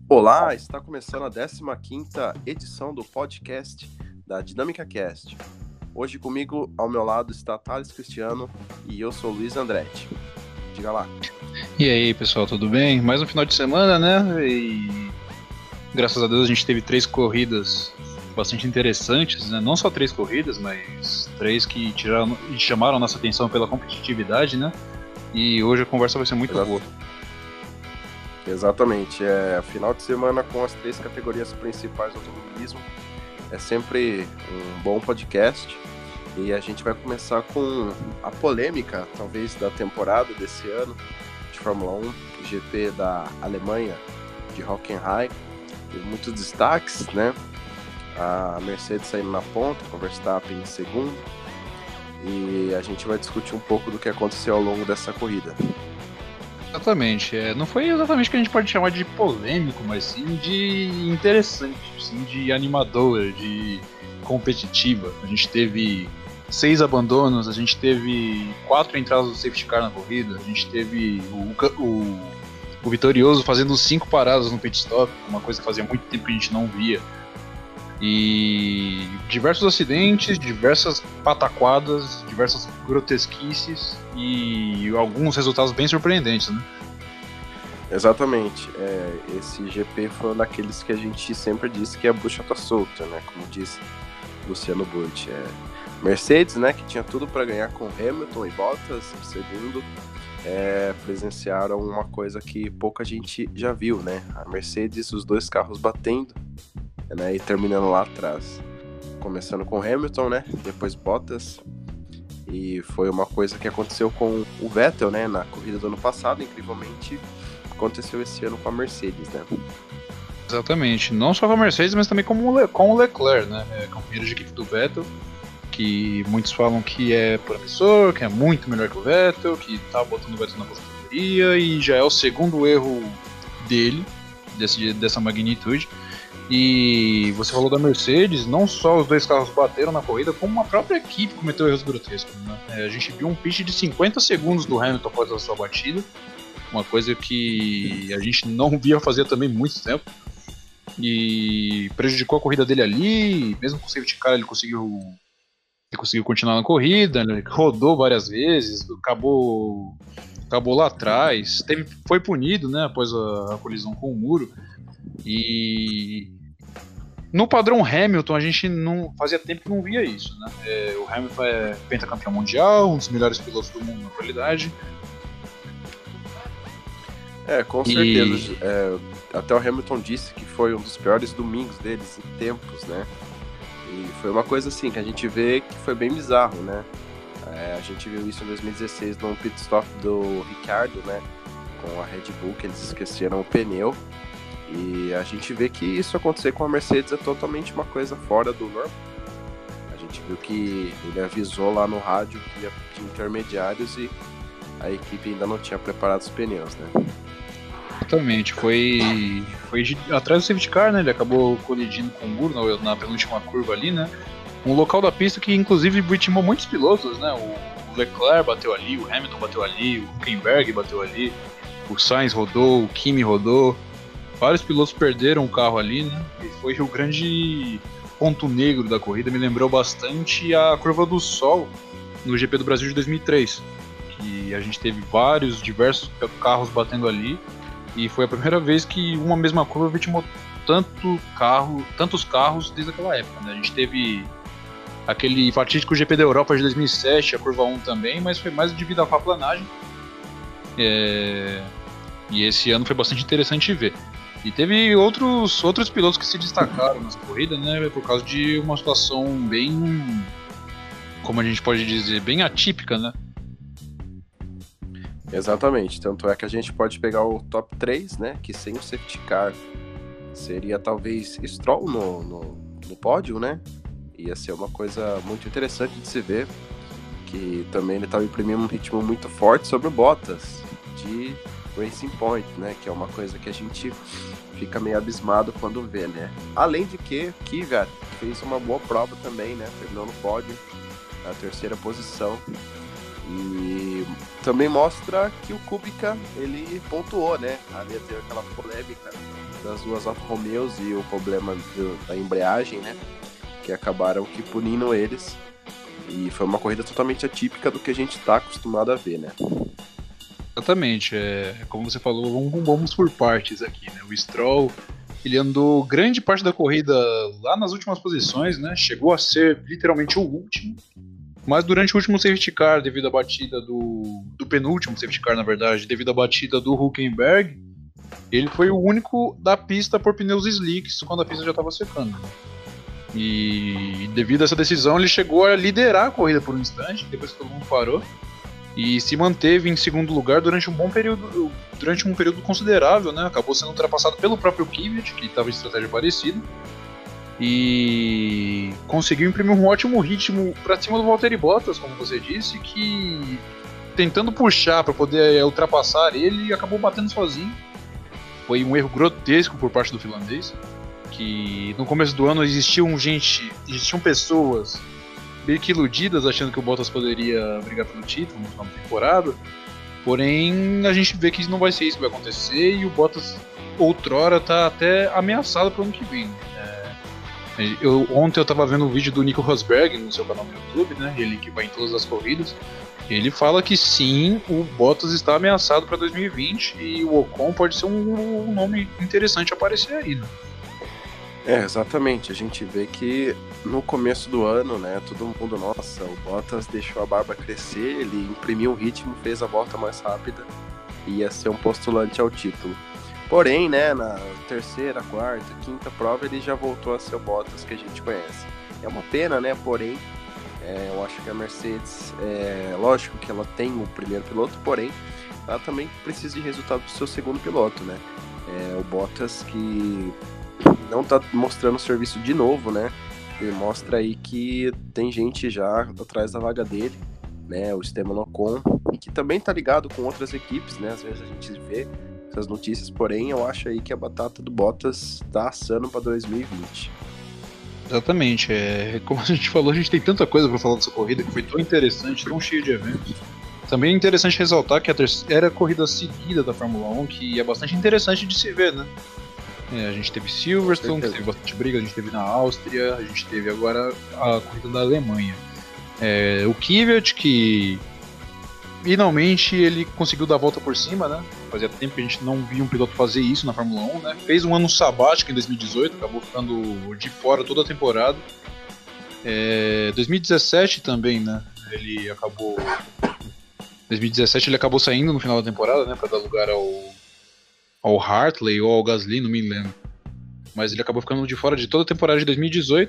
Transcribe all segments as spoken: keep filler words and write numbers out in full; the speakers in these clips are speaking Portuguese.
Olá, está começando a décima quinta edição do podcast da Dinâmica Cast. Hoje comigo, ao meu lado, está Thales Cristiano e eu sou Luiz Andretti. Diga lá. E aí, pessoal, tudo bem? Mais um final de semana, né? E graças a Deus a gente teve três corridas bastante interessantes, né? Não só três corridas, mas três que tiraram, chamaram a nossa atenção pela competitividade, né? E hoje a conversa vai ser muito Exato. boa. Exatamente, é final de semana com as três categorias principais do automobilismo. É sempre um bom podcast e a gente vai começar com a polêmica, talvez, da temporada desse ano de Fórmula um, G P da Alemanha, de Hockenheim. Teve muitos destaques, né? A Mercedes saindo na ponta, com o Verstappen em segundo, e a gente vai discutir um pouco do que aconteceu ao longo dessa corrida. Exatamente, é, não foi exatamente o que a gente pode chamar de polêmico, mas sim de interessante, sim de animador, de competitiva. A gente teve seis abandonos, a gente teve quatro entradas do safety car na corrida, a gente teve o, o, o vitorioso fazendo cinco paradas no pit stop, uma coisa que fazia muito tempo que a gente não via. E diversos acidentes, diversas pataquadas, diversas grotesquices e alguns resultados bem surpreendentes, né? Exatamente, é, esse G P foi um daqueles que a gente sempre disse que a bucha tá solta, né? Como disse Luciano Burti. É, Mercedes, né, que tinha tudo para ganhar com Hamilton e Bottas em segundo, é, presenciaram uma coisa que pouca gente já viu, né? A Mercedes, os dois carros batendo, né, e terminando lá atrás, começando com Hamilton, né, depois Bottas, e foi uma coisa que aconteceu com o Vettel, né, na corrida do ano passado, incrivelmente aconteceu esse ano com a Mercedes, né. Exatamente, não só com a Mercedes, mas também com o, Le- com o Leclerc, né, é, companheiro de equipe do Vettel, que muitos falam que é promissor, que é muito melhor que o Vettel, que tá botando o Vettel na aposentadoria, e já é o segundo erro dele, desse, dessa magnitude. E você falou da Mercedes, não só os dois carros bateram na corrida, como a própria equipe cometeu erros grotescos, né? É, a gente viu um pit de cinquenta segundos do Hamilton após a sua batida, uma coisa que a gente não via fazer também muito tempo, e prejudicou a corrida dele ali. Mesmo com o safety car ele conseguiu, ele conseguiu continuar na corrida, ele rodou várias vezes, acabou, acabou lá atrás, teve, foi punido, né, após a, a colisão com o muro. E no padrão Hamilton, a gente não fazia tempo que não via isso, né? É, o Hamilton é pentacampeão mundial, um dos melhores pilotos do mundo na atualidade. É, com E- certeza. É, até o Hamilton disse que foi um dos piores domingos deles em tempos, né? E foi uma coisa assim que a gente vê que foi bem bizarro, né? É, a gente viu isso em dois mil e dezesseis no pit stop do Ricciardo, né? Com a Red Bull, que eles esqueceram o pneu. E a gente vê que isso acontecer com a Mercedes é totalmente uma coisa fora do normal. A gente viu que ele avisou lá no rádio que ia de intermediários e a equipe ainda não tinha preparado os pneus, né? Exatamente, foi, foi de- atrás do safety car, né? Ele acabou colidindo com o muro na, na penúltima curva ali, né? Um local da pista que inclusive vitimou muitos pilotos, né? O Leclerc bateu ali, o Hamilton bateu ali, o Hülkenberg bateu ali, o Sainz rodou, o Kimi rodou. Vários pilotos perderam o carro ali, né? E foi o grande ponto negro da corrida. Me lembrou bastante a curva do Sol no G P do Brasil de dois mil e três, que a gente teve vários, diversos carros batendo ali, e foi a primeira vez que uma mesma curva vitimou tanto carro, tantos carros desde aquela época, né? A gente teve aquele fatídico G P da Europa de dois mil e sete, a curva um também, mas foi mais devido à aquaplanagem. É... E esse ano foi bastante interessante ver. E teve outros, outros pilotos que se destacaram nessa corrida, né? Por causa de uma situação bem, como a gente pode dizer, bem atípica, né? Exatamente, tanto é que a gente pode pegar o top três, né? Que sem o safety car seria talvez Stroll no, no, no pódio, né? Ia ser uma coisa muito interessante de se ver, que também ele estava imprimindo um ritmo muito forte sobre o Bottas de Racing Point, né? Que é uma coisa que a gente fica meio abismado quando vê, né? Além de que Kvyat fez uma boa prova também, né? Terminou no pódio, na terceira posição. E também mostra que o Kubica, ele pontuou, né? Ali teve aquela polêmica das duas Alfa Romeos e o problema do, da embreagem, né? Que acabaram que punindo eles. E foi uma corrida totalmente atípica do que a gente está acostumado a ver, né? Exatamente, é, como você falou, vamos, vamos por partes aqui, né? O Stroll, ele andou grande parte da corrida lá nas últimas posições, né? Chegou a ser literalmente o último, mas durante o último safety car, devido à batida do, do penúltimo safety car, na verdade, devido à batida do Hülkenberg, ele foi o único da pista por pneus slicks quando a pista já estava secando. E devido a essa decisão, ele chegou a liderar a corrida por um instante, depois que todo mundo parou. E se manteve em segundo lugar durante um bom período, durante um período considerável, né? Acabou sendo ultrapassado pelo próprio Kvyat, que estava em estratégia parecida, e conseguiu imprimir um ótimo ritmo para cima do Valtteri Bottas, como você disse, que tentando puxar para poder ultrapassar ele, acabou batendo sozinho. Foi um erro grotesco por parte do finlandês, que no começo do ano existiam gente, existiam pessoas meio que iludidas, achando que o Bottas poderia brigar pelo título no final da temporada. Porém, a gente vê que não vai ser isso que vai acontecer, e o Bottas outrora tá até ameaçado pro ano que vem. É, eu, ontem eu tava vendo um vídeo do Nico Rosberg no seu canal no YouTube, né? Ele que vai em todas as corridas. Ele fala que sim, o Bottas está ameaçado para dois mil e vinte e o Ocon pode ser um, um nome interessante a aparecer aí, né? É, exatamente. A gente vê que no começo do ano, né, todo mundo, nossa, o Bottas deixou a barba crescer, ele imprimiu o ritmo, fez a volta mais rápida e ia ser um postulante ao título. Porém, né, na terceira, quarta, quinta prova, ele já voltou a ser o Bottas que a gente conhece. É uma pena, né, porém, é, eu acho que a Mercedes, é, lógico que ela tem o primeiro piloto, porém, ela também precisa de resultado do seu segundo piloto, né. É, o Bottas que não tá mostrando o serviço de novo, né? Ele mostra aí que tem gente já atrás da vaga dele, né? O Esteban Ocon, e que também tá ligado com outras equipes, né? Às vezes a gente vê essas notícias, porém eu acho aí que a batata do Bottas tá assando para dois mil e vinte. Exatamente, é, como a gente falou, a gente tem tanta coisa para falar dessa corrida que foi tão interessante, tão cheia de eventos. Também é interessante ressaltar que a terceira corrida seguida da Fórmula um, que é bastante interessante de se ver, né? É, a gente teve Silverstone, que teve bastante briga, a gente teve na Áustria, a gente teve agora a corrida da Alemanha. É, o Kvyat, que finalmente ele conseguiu dar a volta por cima, né? Fazia tempo que a gente não via um piloto fazer isso na Fórmula um, né? Fez um ano sabático em dois mil e dezoito, acabou ficando de fora toda a temporada. É, dois mil e dezessete também, né? Ele acabou. dois mil e dezessete ele acabou saindo no final da temporada, né? Para dar lugar ao. ao Hartley ou ao Gasly, não me lembro. Mas ele acabou ficando de fora de toda a temporada de dois mil e dezoito.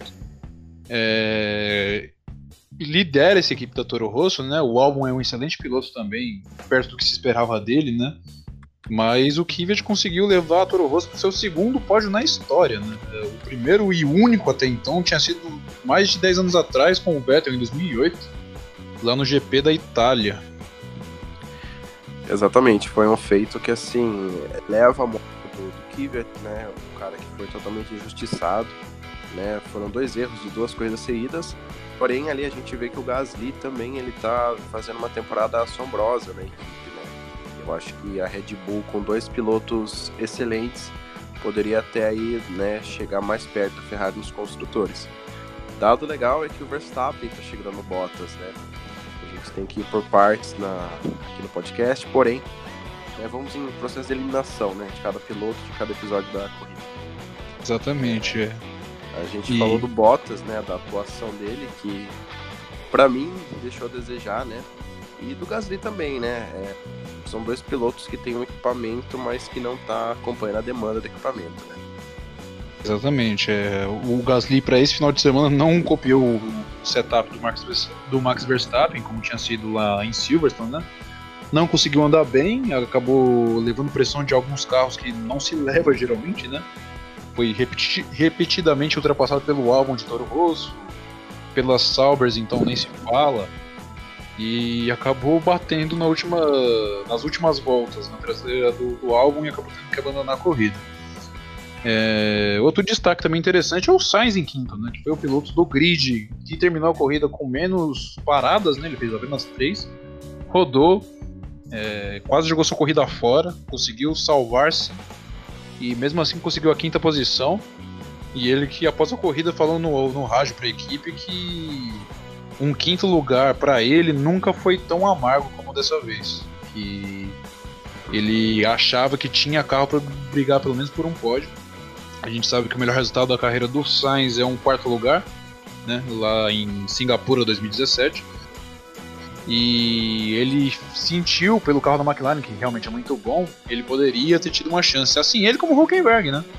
É... Lidera essa equipe da Toro Rosso, né? O Albon é um excelente piloto também, perto do que se esperava dele, né? Mas o Kvyat conseguiu levar a Toro Rosso para o seu segundo pódio na história, né? O primeiro e único até então tinha sido mais de dez anos atrás com o Vettel em dois mil e oito, lá no G P da Itália. Exatamente, foi um feito que, assim, leva a moto do, do Kvyat, né, um cara que foi totalmente injustiçado, né, foram dois erros de duas corridas seguidas, porém ali a gente vê que o Gasly também, ele tá fazendo uma temporada assombrosa na equipe, né, eu acho que a Red Bull com dois pilotos excelentes poderia até aí, né, chegar mais perto da Ferrari nos construtores. Dado legal é que o Verstappen tá chegando no Bottas, né, a gente tem que ir por partes na, aqui no podcast, porém, né, vamos em processo de eliminação, né, de cada piloto, de cada episódio da corrida. Exatamente, é. A gente e... falou do Bottas, né, da atuação dele, que pra mim deixou a desejar, né, e do Gasly também, né, é, são dois pilotos que têm um equipamento, mas que não tá acompanhando a demanda do equipamento, né. Exatamente, é, o Gasly para esse final de semana não copiou o setup do Max, do Max Verstappen, como tinha sido lá em Silverstone, né? Não conseguiu andar bem, acabou levando pressão de alguns carros que não se leva geralmente, né? Foi repeti- repetidamente ultrapassado pelo Albon de Toro Rosso, pelas Saubers, então nem se fala, e acabou batendo na última, nas últimas voltas na traseira do, do Albon e acabou tendo que abandonar a corrida. É, outro destaque também interessante é o Sainz em quinto, né, que foi o piloto do grid que terminou a corrida com menos paradas, né, ele fez apenas três, rodou, é, quase jogou sua corrida fora, conseguiu salvar-se e mesmo assim conseguiu a quinta posição. E ele que após a corrida falou no, no rádio para a equipe que um quinto lugar para ele nunca foi tão amargo como dessa vez. Que ele achava que tinha carro para brigar pelo menos por um pódio. A gente sabe que o melhor resultado da carreira do Sainz é um quarto lugar, né, lá em Singapura dois mil e dezessete. E ele sentiu pelo carro da McLaren, que realmente é muito bom, ele poderia ter tido uma chance. Assim, ele como Hülkenberg, né?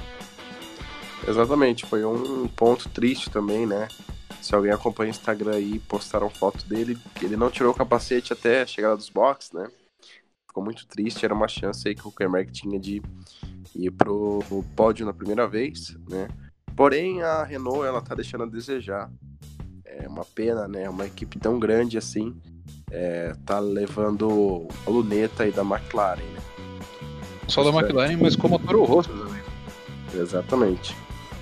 Exatamente, foi um ponto triste também, né? Se alguém acompanha o Instagram aí, postaram foto dele, ele não tirou o capacete até a chegada dos boxes, né? Ficou muito triste, era uma chance aí que o Hülkenberg tinha de ir pro pódio na primeira vez, né? Porém, a Renault, ela tá deixando a desejar. É uma pena, né? Uma equipe tão grande assim, é, tá levando a luneta aí da McLaren, né? Não só da McLaren, mas como a Toro Rosso também. Exatamente.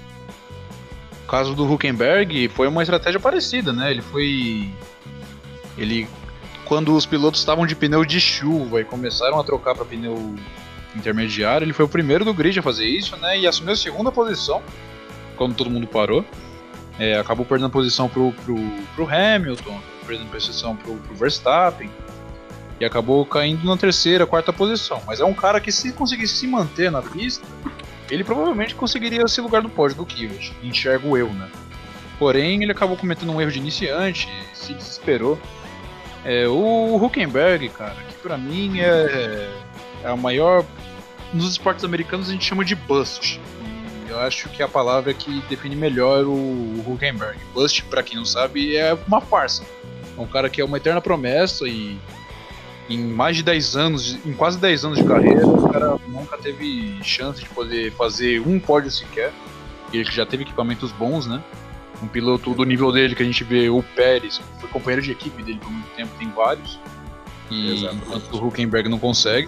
O caso do Hülkenberg foi uma estratégia parecida, né? Ele foi... Ele... Quando os pilotos estavam de pneu de chuva e começaram a trocar para pneu intermediário, ele foi o primeiro do grid a fazer isso, né? E assumiu a segunda posição, quando todo mundo parou. É, acabou perdendo a posição pro, pro, pro Hamilton, perdendo a posição pro, pro Verstappen, e acabou caindo na terceira, quarta posição. Mas é um cara que, se conseguisse se manter na pista, ele provavelmente conseguiria esse lugar no pódio do Kvyat, enxergo eu, né? Porém, ele acabou cometendo um erro de iniciante, se desesperou. É, o Hülkenberg, cara, que pra mim é, é a maior... Nos esportes americanos a gente chama de bust. Eu acho que a palavra que define melhor o Hülkenberg. Bust, pra quem não sabe, é uma farsa. É um cara que é uma eterna promessa e em mais de dez anos, em quase dez anos de carreira, o cara nunca teve chance de poder fazer um pódio sequer. Ele que já teve equipamentos bons, né? Um piloto do nível dele que a gente vê, o Pérez, que foi companheiro de equipe dele por muito tempo, tem vários. E enquanto o Hülkenberg não consegue.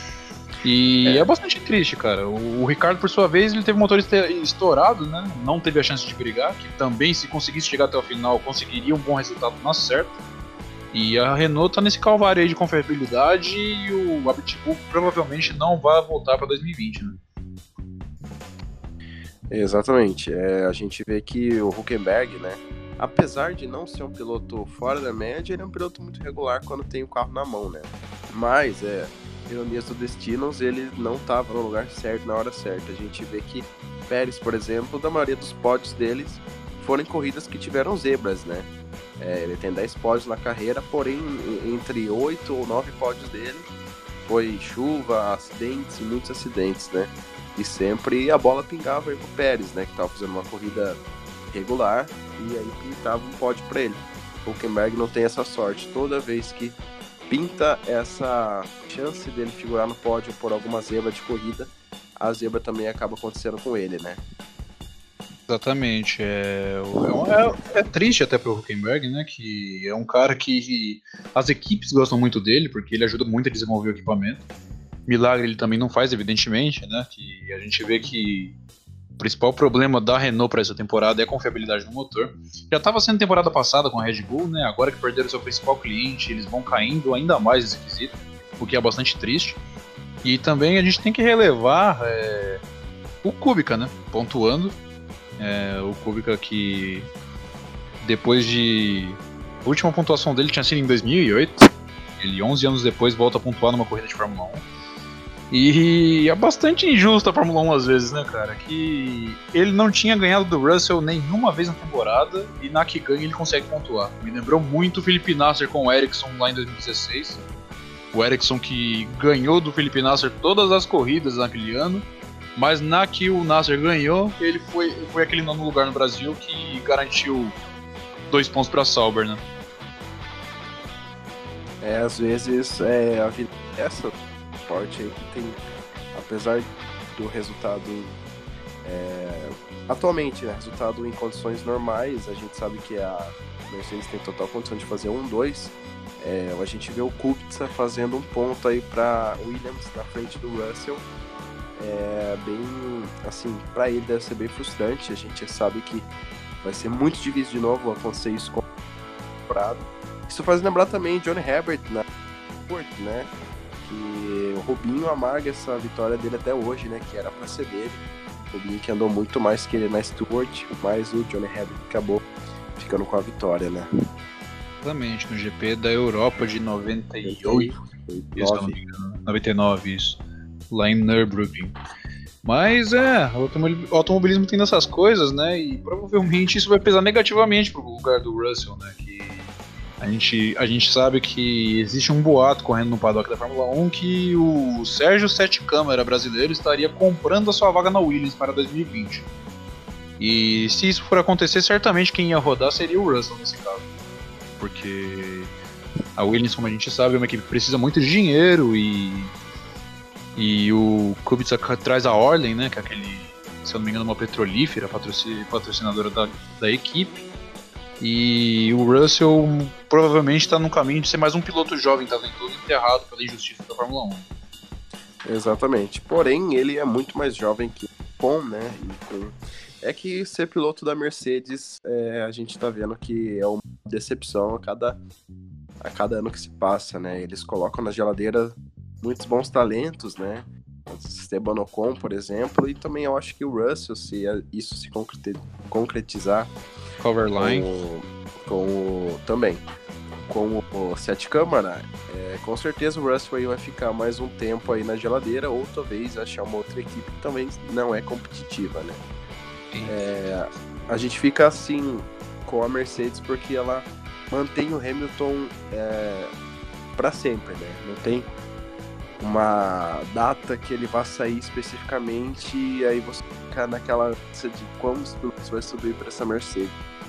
E é. é bastante triste, cara. O, o Ricardo, por sua vez, ele teve o motor estourado, né? Não teve a chance de brigar, que também, se conseguisse chegar até o final, conseguiria um bom resultado na certa. E a Renault tá nesse calvário aí de confiabilidade e o Abitibu provavelmente não vai voltar para dois mil e vinte, né? Exatamente. É, a gente vê que o Hülkenberg, né? Apesar de não ser um piloto fora da média, ele é um piloto muito regular quando tem o carro na mão, né? Mas, é... ironias do destino, ele não estava no lugar certo na hora certa. A gente vê que Pérez, por exemplo, da maioria dos pódios deles foram em corridas que tiveram zebras, né? É, ele tem dez pódios na carreira, porém entre oito ou nove pódios dele foi chuva, acidentes e muitos acidentes, né? E sempre a bola pingava aí pro Pérez, né? Que estava fazendo uma corrida regular e aí pintava um pódio para ele. O Hülkenberg não tem essa sorte. Toda vez que pinta essa chance dele figurar no pódio por alguma zebra de corrida, a zebra também acaba acontecendo com ele, né? Exatamente. É, é, é triste até pro Hülkenberg, né? Que é um cara que as equipes gostam muito dele, porque ele ajuda muito a desenvolver o equipamento. Milagre ele também não faz, evidentemente, né? Que a gente vê que o principal problema da Renault para essa temporada é a confiabilidade no motor. Já estava sendo temporada passada com a Red Bull, né? Agora que perderam seu principal cliente, eles vão caindo ainda mais nesse quesito, o que é bastante triste. E também a gente tem que relevar é, o Kubica, né? Pontuando. É, o Kubica que depois de... A última pontuação dele tinha sido em dois mil e oito. Ele onze anos depois volta a pontuar numa corrida de Fórmula um. E é bastante injusto a Fórmula um às vezes, né, cara? Que ele não tinha ganhado do Russell nenhuma vez na temporada e na que ganha ele consegue pontuar. Me lembrou muito o Felipe Nasser com o Ericsson lá em dois mil e dezesseis. O Ericsson que ganhou do Felipe Nasser todas as corridas naquele ano, mas na que o Nasser ganhou, ele foi, foi aquele nono lugar no Brasil que garantiu dois pontos para Sauber, né? É, às vezes é, a vida é essa forte aí que tem, apesar do resultado é, atualmente, né, resultado em condições normais, a gente sabe que a Mercedes tem total condição de fazer um, dois, é, a gente vê o Kubica fazendo um ponto aí para Williams na frente do Russell, é bem, assim, para ele deve ser bem frustrante, a gente sabe que vai ser muito difícil de novo acontecer isso com o temporada. Isso faz lembrar também Johnny Herbert na Ford, né? E o Rubinho amarga essa vitória dele até hoje, né? Que era pra ser dele. O Rubinho que andou muito mais que ele na Stewart, mas o Johnny Herbert acabou ficando com a vitória, né? Exatamente, no G P da Europa de noventa e oito. Isso, não me engano. noventa e nove, isso. Lá em Nürburgring. Mas é, o automobilismo tem dessas coisas, né? E provavelmente isso vai pesar negativamente pro lugar do Russell, né? Que a gente, a gente sabe que existe um boato correndo no paddock da Fórmula um que o Sérgio Sete Câmara brasileiro estaria comprando a sua vaga na Williams para dois mil e vinte. E se isso for acontecer, certamente quem ia rodar seria o Russell nesse caso. Porque a Williams, como a gente sabe, é uma equipe que precisa muito de dinheiro e, e o Kubica traz a Orlen, né, que é aquele, se eu não me engano, uma petrolífera patrocinadora da, da equipe. E o Russell provavelmente está no caminho de ser mais um piloto jovem, talentoso, enterrado pela injustiça da Fórmula um. Exatamente. Porém, ele é muito mais jovem que o Ocon, né? E com... É que ser piloto da Mercedes, é, a gente tá vendo que é uma decepção a cada, a cada ano que se passa, né? Eles colocam na geladeira muitos bons talentos, né? Esteban Ocon, por exemplo, e também eu acho que o Russell, se isso se concretizar Coverline com, com o, também com o Sete Câmara, é, com certeza o Russell aí vai ficar mais um tempo aí na geladeira, ou talvez achar uma outra equipe que também não é competitiva, né? É, a gente fica assim com a Mercedes porque ela mantém o Hamilton é, para sempre, né? Não tem uma data que ele vai sair especificamente e aí você fica naquela ânsia de como você vai subir para essa Mercedes.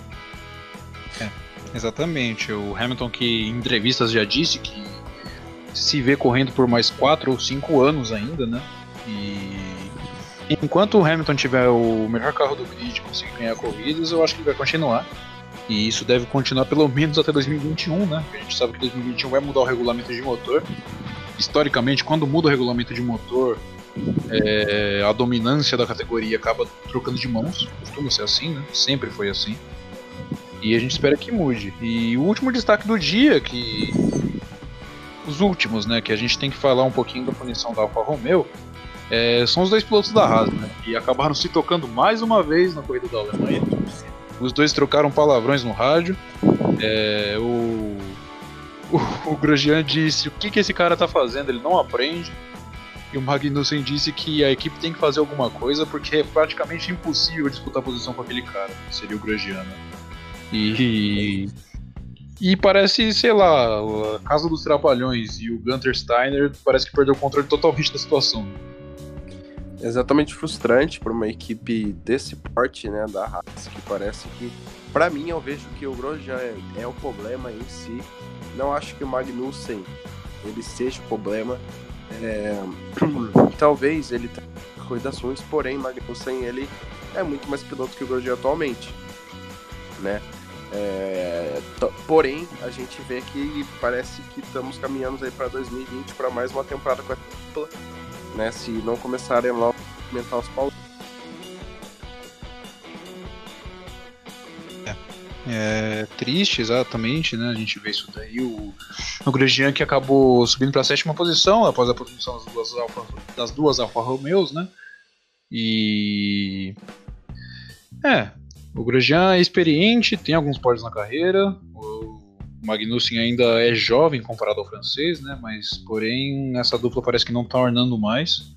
É, exatamente. O Hamilton, que em entrevistas já disse que se vê correndo por mais quatro ou cinco anos ainda, né? E enquanto o Hamilton tiver o melhor carro do grid e conseguir ganhar corridas, eu acho que ele vai continuar. E isso deve continuar pelo menos até dois mil e vinte e um, né? Porque a gente sabe que dois mil e vinte e um vai mudar o regulamento de motor. Historicamente, quando muda o regulamento de motor, é, a dominância da categoria acaba trocando de mãos. Costuma ser assim, né? Sempre foi assim. E a gente espera que mude. E o último destaque do dia, que... Os últimos, né? Que a gente tem que falar um pouquinho da punição da Alfa Romeo. É, são os dois pilotos da Haas, né? E acabaram se tocando mais uma vez na corrida da Alemanha. Os dois trocaram palavrões no rádio. É, o, o, o Grosjean disse o que, que esse cara tá fazendo, ele não aprende. E o Magnussen disse que a equipe tem que fazer alguma coisa porque é praticamente impossível disputar posição com aquele cara, que seria o Grosjean, né? E, e parece, sei lá, a Casa dos Trapalhões e o Gunther Steiner parece que perdeu o controle totalmente da situação. Exatamente frustrante para uma equipe desse porte, né, da Haas, que parece que, para mim, eu vejo que o Grosjean é, é o problema em si. Não acho que o Magnussen ele seja o problema. É, talvez ele tenha corridas ruins, porém Magnussen ele é muito mais piloto que o Grosjean atualmente, né? É, t- porém a gente vê que parece que estamos caminhando aí para dois mil e vinte para mais uma temporada com a dupla, né? Se não começarem logo a aumentar os paus. É triste, exatamente, né? A gente vê isso daí. O, o Grosjean que acabou subindo para a sétima posição após a posição das duas Alfa, das duas Alfa Romeos, né? E é, o Grosjean é experiente, tem alguns pódios na carreira. O Magnussen ainda é jovem comparado ao francês, né? Mas porém essa dupla parece que não está ornando mais.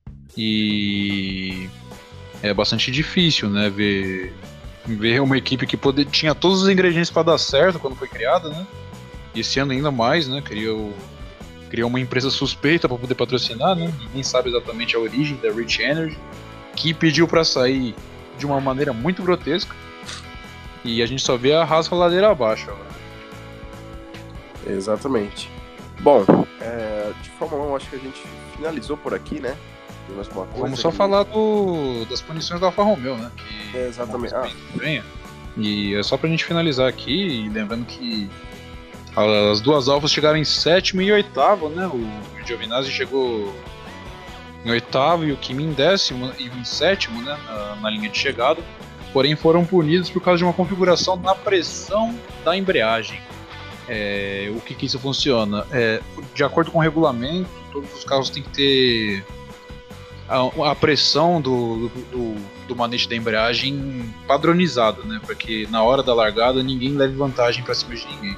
E é bastante difícil, né? Ver ver uma equipe que poder, tinha todos os ingredientes para dar certo quando foi criada, né? E esse ano ainda mais, né? Criou, criou uma empresa suspeita para poder patrocinar, né? Ninguém sabe exatamente a origem da Rich Energy, que pediu para sair de uma maneira muito grotesca. E a gente só vê a Haas ladeira abaixo agora. Exatamente. Bom, é, de Fórmula um acho que a gente finalizou por aqui, né? Tem mais alguma coisa? Vamos só que... falar do, das punições da Alfa Romeo, né? Que é exatamente. Ah. E é só pra gente finalizar aqui, lembrando que as duas Alfas chegaram em sétimo e oitavo, né? O Giovinazzi chegou em oitavo e o Kimi em décimo e em sétimo, né? Na, na linha de chegada. Porém foram punidos por causa de uma configuração na pressão da embreagem. É, o que que isso funciona? É, de acordo com o regulamento, todos os carros têm que ter a, a pressão do, do, do manete da embreagem padronizada, né? Para que na hora da largada ninguém leve vantagem para cima de ninguém.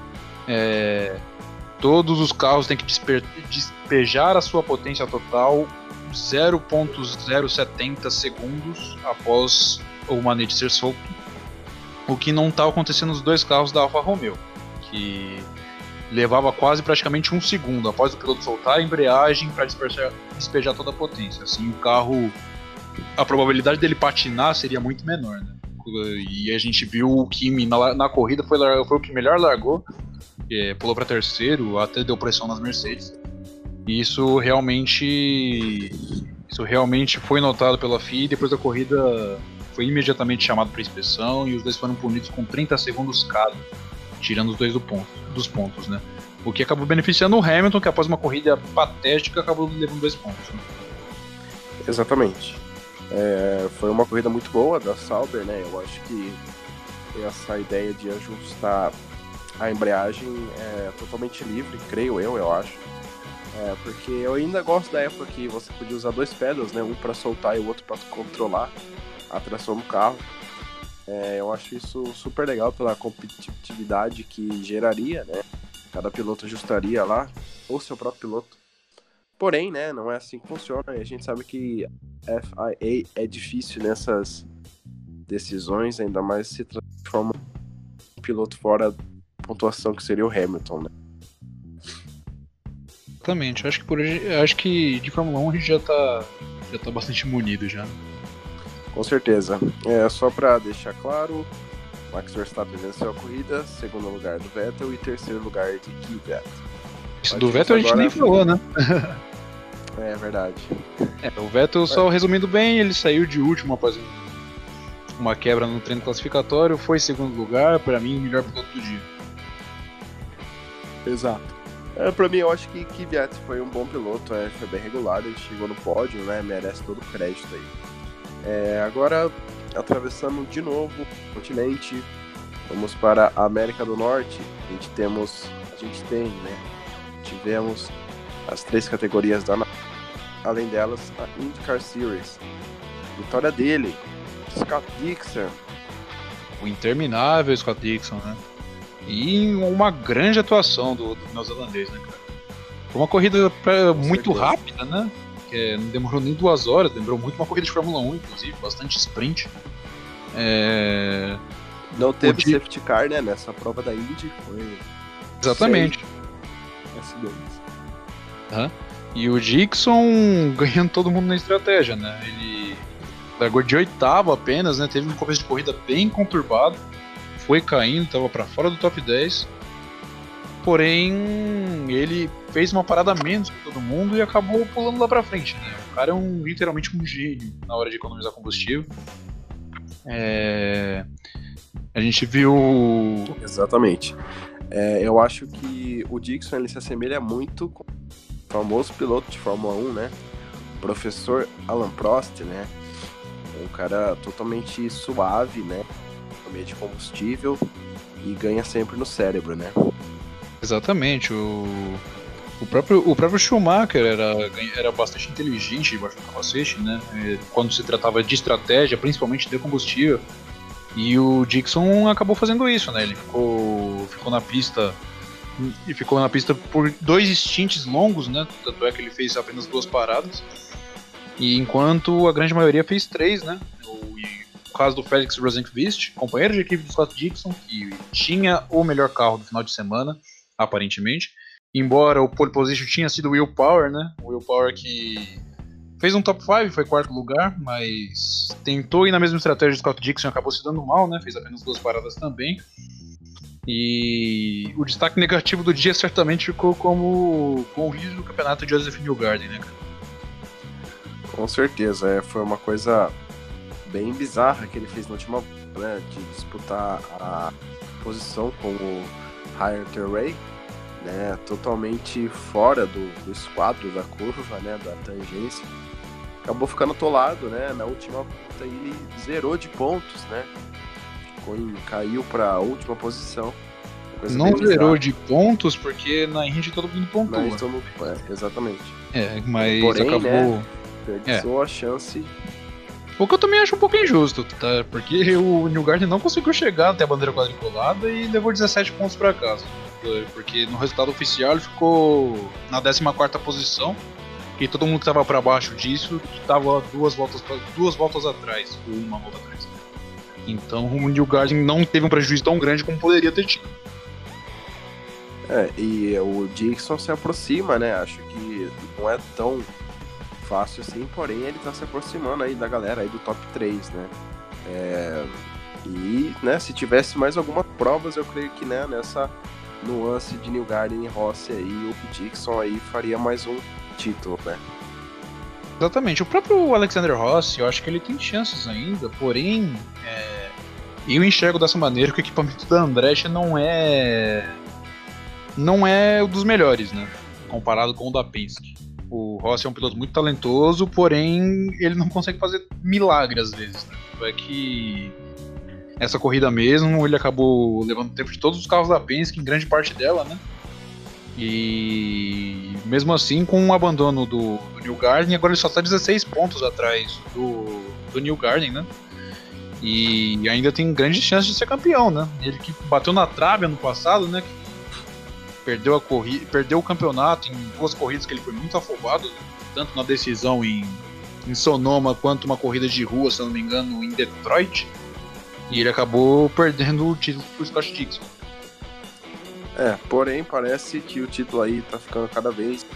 É, todos os carros têm que desper, despejar a sua potência total zero ponto zero setenta segundos após o manete ser solto, o que não está acontecendo nos dois carros da Alfa Romeo, que levava quase praticamente um segundo após o piloto soltar a embreagem para despejar, despejar toda a potência. Assim, o carro, a probabilidade dele patinar seria muito menor, né? E a gente viu o Kimi na, na corrida foi, foi o que melhor largou, é, pulou para terceiro, até deu pressão nas Mercedes. E isso realmente, isso realmente foi notado pela F I A. Depois da corrida foi imediatamente chamado para inspeção e os dois foram punidos com trinta segundos cada, tirando os dois do ponto, dos pontos, né? O que acabou beneficiando o Hamilton, que após uma corrida patética acabou levando dois pontos, né? Exatamente. É, foi uma corrida muito boa da Sauber, né? Eu acho que essa ideia de ajustar a embreagem é totalmente livre, creio eu, eu acho. É, porque eu ainda gosto da época que você podia usar dois pedals, né? Um para soltar e o outro para controlar a tração do carro. É, eu acho isso super legal pela competitividade que geraria, né? Cada piloto ajustaria lá, ou seu próprio piloto. Porém, né, não é assim que funciona. E a gente sabe que F I A é difícil nessas decisões, ainda mais se transforma um piloto fora da pontuação que seria o Hamilton, né? Exatamente. Eu acho que por hoje, acho que de Fórmula um a gente já tá, já tá bastante munido já. Com certeza. É, só para deixar claro, Max Verstappen venceu a corrida, segundo lugar do Vettel e terceiro lugar de Kvyat. Isso do Vettel a gente agora... nem falou, né? É verdade. É, o Vettel, Mas... só resumindo bem, ele saiu de último após uma quebra no treino classificatório, foi segundo lugar, para mim o melhor piloto do dia. Exato. É, pra mim, eu acho que Kvyat foi um bom piloto, é, foi bem regular, ele chegou no pódio, né, merece todo o crédito aí. É, agora, atravessando de novo o continente, vamos para a América do Norte. A gente temos, a gente tem, né, tivemos as três categorias da além delas a IndyCar Series. Vitória dele, Scott Dixon. O interminável Scott Dixon, né? E uma grande atuação do, do neozelandês, né, cara? Foi uma corrida pra, muito certeza. rápida, né? Que não demorou nem duas horas, lembrou muito uma corrida de Fórmula um, inclusive, bastante sprint. É... Não teve o safety car, né? Nessa prova da Indy foi. Exatamente. Acidentes. Uhum. E o Dixon ganhando todo mundo na estratégia, né? Ele largou de oitavo apenas, né? Teve um começo de corrida bem conturbado. Foi caindo, estava para fora do top dez. Porém, ele fez uma parada a menos que todo mundo e acabou pulando lá pra frente, né? O cara é um, literalmente um gênio na hora de economizar combustível. É... A gente viu... Exatamente. É, eu acho que o Dixon ele se assemelha muito com o famoso piloto de Fórmula um, né? O professor Alan Prost, né? Um cara totalmente suave, né? No meio de combustível e ganha sempre no cérebro, né? Exatamente, o, o, próprio, o próprio Schumacher era, era bastante inteligente debaixo do capacete, né? Quando se tratava de estratégia, principalmente de combustível. E o Dixon acabou fazendo isso, né? Ele ficou, ficou na pista e ficou na pista por dois stints longos, né? Tanto é que ele fez apenas duas paradas. E enquanto a grande maioria fez três, né? O, o caso do Felix Rosenqvist, companheiro de equipe do Scott Dixon, que tinha o melhor carro do final de semana, aparentemente. Embora o pole position tinha sido o Will Power, né? O Will Power que fez um top cinco, foi quarto lugar, mas tentou ir na mesma estratégia do Scott Dixon e acabou se dando mal, né? Fez apenas duas paradas também. E o destaque negativo do dia certamente ficou como com o líder do campeonato, Joseph Newgarden, né, cara? Com certeza, é, foi uma coisa bem bizarra que ele fez na última, né, de disputar a posição com o Ryan Terray, né, totalmente fora do, do esquadro da curva, né, da tangência. Acabou ficando atolado, né, na última volta ele zerou de pontos, né, ficou em, caiu para a última posição. Coisa não bem zerou bizarra. de pontos porque na Indy todo mundo pontua. Mas todo mundo- é, exatamente. É, mas Porém, acabou. né, perdiçou a chance. O que eu também acho um pouco injusto, tá? Porque o Newgarden não conseguiu chegar até a bandeira quadriculada e levou dezessete pontos pra casa. Porque no resultado oficial ele ficou na décima quarta posição. E todo mundo que tava pra baixo disso tava duas voltas, pra- duas voltas atrás, ou uma volta atrás. Então o Newgarden não teve um prejuízo tão grande como poderia ter tido. É, e o Dixon se aproxima, né? Acho que não é tão fácil assim, porém ele tá se aproximando aí da galera aí do top três, né? É, e, né, se tivesse mais algumas provas, eu creio que, né, nessa nuance de Newgarden e Rossi aí, o Dixon aí faria mais um título, né? Exatamente. O próprio Alexander Rossi, eu acho que ele tem chances ainda, porém, é, eu enxergo dessa maneira que o equipamento da Andretti não é não é o dos melhores, né? Comparado com o da Penske. O Rossi é um piloto muito talentoso, porém ele não consegue fazer milagre às vezes. Né? É que essa corrida mesmo, ele acabou levando tempo de todos os carros da Penske, em grande parte dela, né? E mesmo assim, com o abandono do, do Newgarden, agora ele só está dezesseis pontos atrás do, do Newgarden, né? E ainda tem grandes chances de ser campeão, né? Ele que bateu na trave ano passado, né? Perdeu a corrida, perdeu o campeonato em duas corridas que ele foi muito afobado, tanto na decisão em, em Sonoma quanto uma corrida de rua, se não me engano, em Detroit. E ele acabou perdendo o título pro Scott Dixon. É, porém parece que o título aí tá ficando cada vez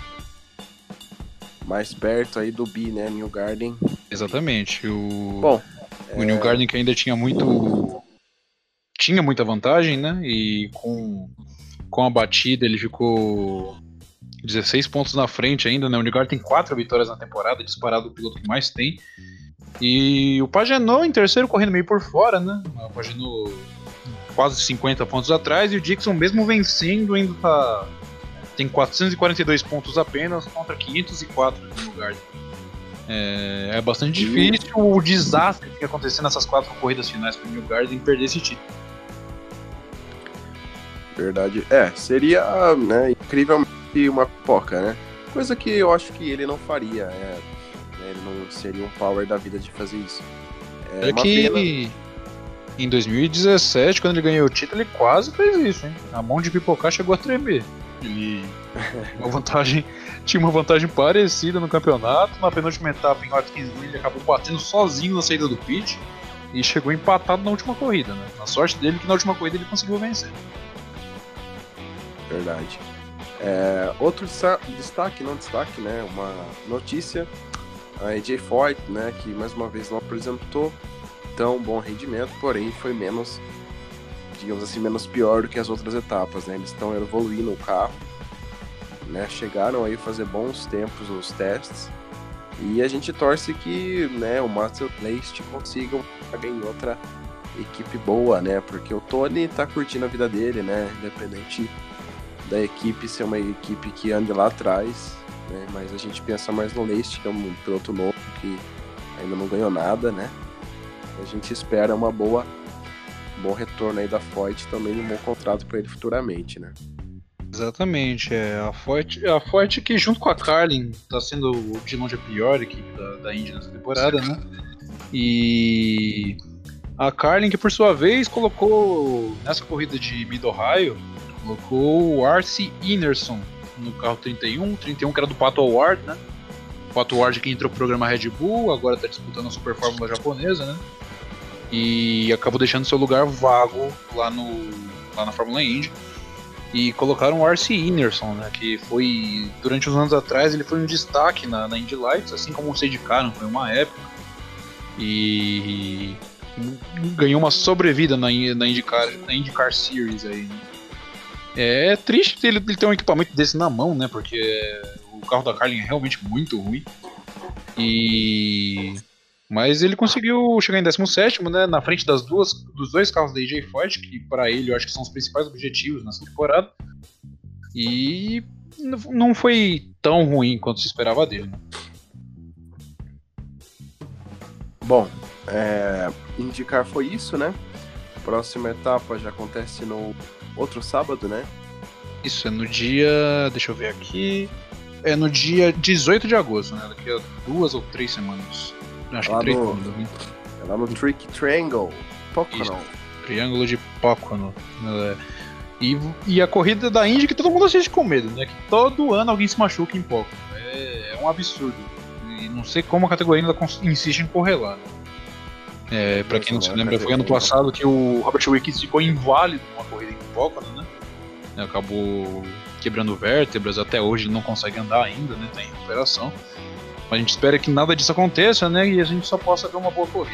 mais perto aí do B, né, Newgarden. Exatamente. O, Bom, o é... Newgarden que ainda tinha muito tinha muita vantagem, né? E com, com a batida ele ficou dezesseis pontos na frente ainda, né? O Newgarden tem quatro vitórias na temporada, disparado o piloto que mais tem. E o Pagenaud em terceiro correndo meio por fora, né? O Pagenaud quase cinquenta pontos atrás, e o Dixon mesmo vencendo ainda tá, tem quatrocentos e quarenta e dois pontos apenas contra quinhentos e quatro no lugar. É, é bastante difícil o desastre que aconteceu nessas quatro corridas finais para o Newgarden perder esse título. Verdade. É, seria, né, incrivelmente uma pipoca, né? Coisa que eu acho que ele não faria. É, né, ele não seria um power da vida de fazer isso. É, É uma que pena. em dois mil e dezessete, quando ele ganhou o título, ele quase fez isso, hein? A mão de pipocar chegou a tremer. Ele uma vantagem, tinha uma vantagem parecida no campeonato. Na penúltima etapa, em Watkins Glen, ele acabou batendo sozinho na saída do pit e chegou empatado na última corrida, né? Na sorte dele que na última corrida ele conseguiu vencer. Verdade. É, outro destaque, não destaque, né? Uma notícia. A A J Foyt, né? Que mais uma vez não apresentou tão bom rendimento, porém foi menos, digamos assim, menos pior do que as outras etapas, né? Eles estão evoluindo o carro, né? Chegaram aí a fazer bons tempos nos testes e a gente torce que, né, o Master Place consiga em outra equipe boa, né? Porque o Tony tá curtindo a vida dele, né? Independente da equipe ser uma equipe que ande lá atrás, né? Mas a gente pensa mais no Leist, que é um piloto novo que ainda não ganhou nada, né? A gente espera uma boa, um bom retorno aí da Foyt, também um bom contrato para ele futuramente, né? Exatamente, é a Foyt, a Foyt que junto com a Carlin está sendo de longe a pior equipe da, da Indy nessa temporada, né? E a Carlin que por sua vez colocou nessa corrida de Mid-Ohio, colocou o Arce Inerson no carro trinta e um, trinta e um que era do Pato O'Ward, né? O Pato O'Ward que entrou pro programa Red Bull, agora está disputando a Super Fórmula japonesa, né? E acabou deixando seu lugar vago lá, no, lá na Fórmula Indy. E colocaram o Arce Inerson, né, que foi, durante uns anos atrás, ele foi um destaque na, na Indy Lights, assim como o Sadie Karan foi uma época. E ganhou uma sobrevida na, na, IndyCar, na IndyCar Series aí, né? É triste ele, ele ter um equipamento desse na mão, né, porque o carro da Carlin é realmente muito ruim. E... Mas ele conseguiu chegar em décimo sétimo, né, na frente das duas, dos dois carros da A J Foyt, que para ele eu acho que são os principais objetivos nessa temporada. E não foi tão ruim quanto se esperava dele, né? Bom, é, IndyCar foi isso, né? Próxima etapa já acontece no outro sábado, né? Isso, é no dia. Deixa eu ver aqui. É no dia dezoito de agosto, né? Daqui a duas ou três semanas. Acho Lá que três no- semanas, né? É lá no Trick Triangle, Pocono. Isso. Triângulo de Pocono. Né? E, e a corrida da Indy que todo mundo assiste com medo, né? Que todo ano alguém se machuca em Pocono. É, é um absurdo. E não sei como a categoria ainda cons- insiste em correr lá. Né? É, pra quem não se lembra, foi ano passado que o Robert Wickens ficou inválido numa corrida em Pocono, né? Acabou quebrando vértebras, até hoje ele não consegue andar ainda, né? Tá em recuperação. Mas a gente espera que nada disso aconteça, né? E a gente só possa ver uma boa corrida.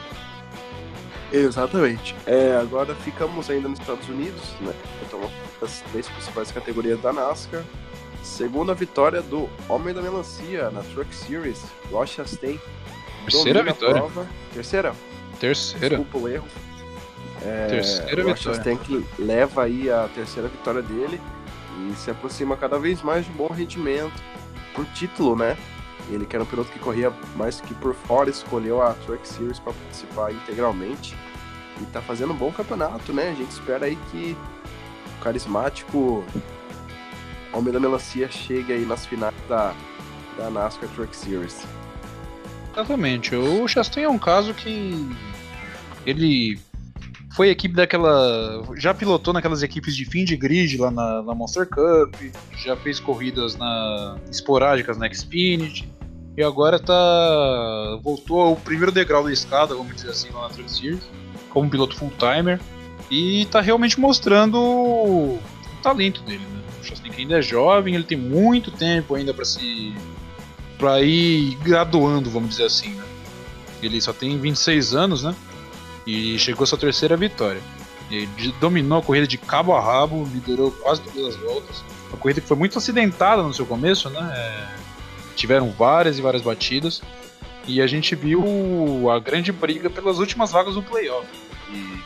Exatamente. É, agora ficamos ainda nos Estados Unidos, né? Então, as três principais categorias da NASCAR. Segunda vitória do Homem da Melancia na Truck Series, Ross Chastain. Terceira Domina a vitória. prova. Terceira? Terceira. Desculpa o erro. É, Terceira o Ross vitória. Chastain que leva aí a terceira vitória dele e se aproxima cada vez mais de um bom rendimento por título, né? Ele que era um piloto que corria mais que por fora, escolheu a Truck Series para participar integralmente e tá fazendo um bom campeonato, né? A gente espera aí que o carismático Homem da Melancia chegue aí nas finais da, da NASCAR Truck Series. Exatamente. O Chastain é um caso que ele foi equipe daquela. Já pilotou naquelas equipes de fim de grid lá na, na Monster Cup, já fez corridas na, esporádicas na Xfinity, e agora tá. Voltou ao primeiro degrau da escada, vamos dizer assim, lá na Truck Series, como piloto full-timer, e tá realmente mostrando o talento dele, né? O Chastain que ainda é jovem, ele tem muito tempo ainda para se. Pra ir graduando, vamos dizer assim, né? Ele só tem vinte e seis anos, né? E chegou a sua terceira vitória. Ele dominou a corrida de cabo a rabo, liderou quase todas as voltas. Uma corrida que foi muito acidentada no seu começo, né? É, tiveram várias e várias batidas. E a gente viu a grande briga pelas últimas vagas no playoff. E,